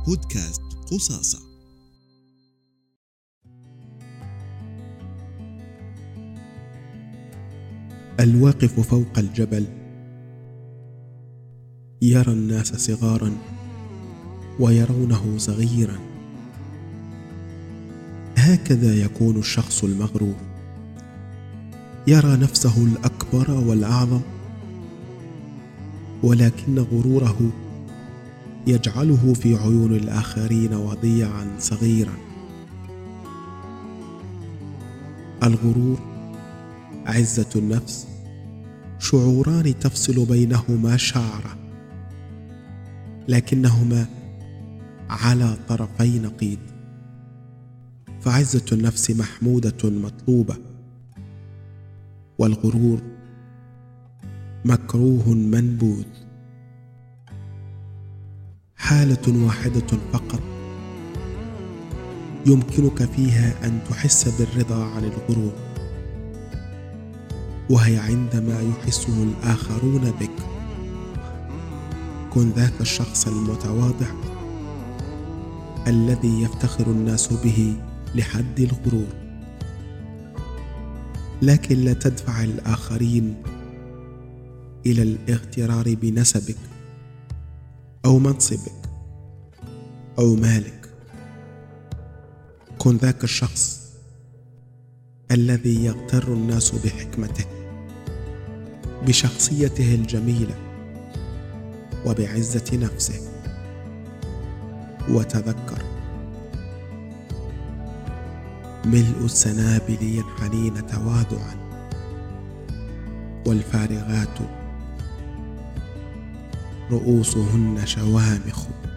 بودكاست قصاصة. الواقف فوق الجبل يرى الناس صغارا ويرونه صغيرا. هكذا يكون الشخص المغرور، يرى نفسه الأكبر والأعظم، ولكن غروره يجعله في عيون الآخرين وضيعا صغيرا. الغرور، عزة النفس، شعوران تفصل بينهما شعرة، لكنهما على طرفي نقيض. فعزة النفس محمودة مطلوبة، والغرور مكروه منبوذ. حالة واحدة فقط يمكنك فيها أن تحس بالرضا عن الغرور، وهي عندما يحسه الآخرون بك. كن ذاك الشخص المتواضع الذي يفتخر الناس به لحد الغرور، لكن لا تدفع الآخرين إلى الاغترار بنسبك أو منصبك أو مالك. كن ذاك الشخص الذي يغتر الناس بحكمته، بشخصيته الجميلة، وبعزة نفسه. وتذكر، ملء السنابل ينحنين تواضعا، والفارغات رؤوسهن شوامخ.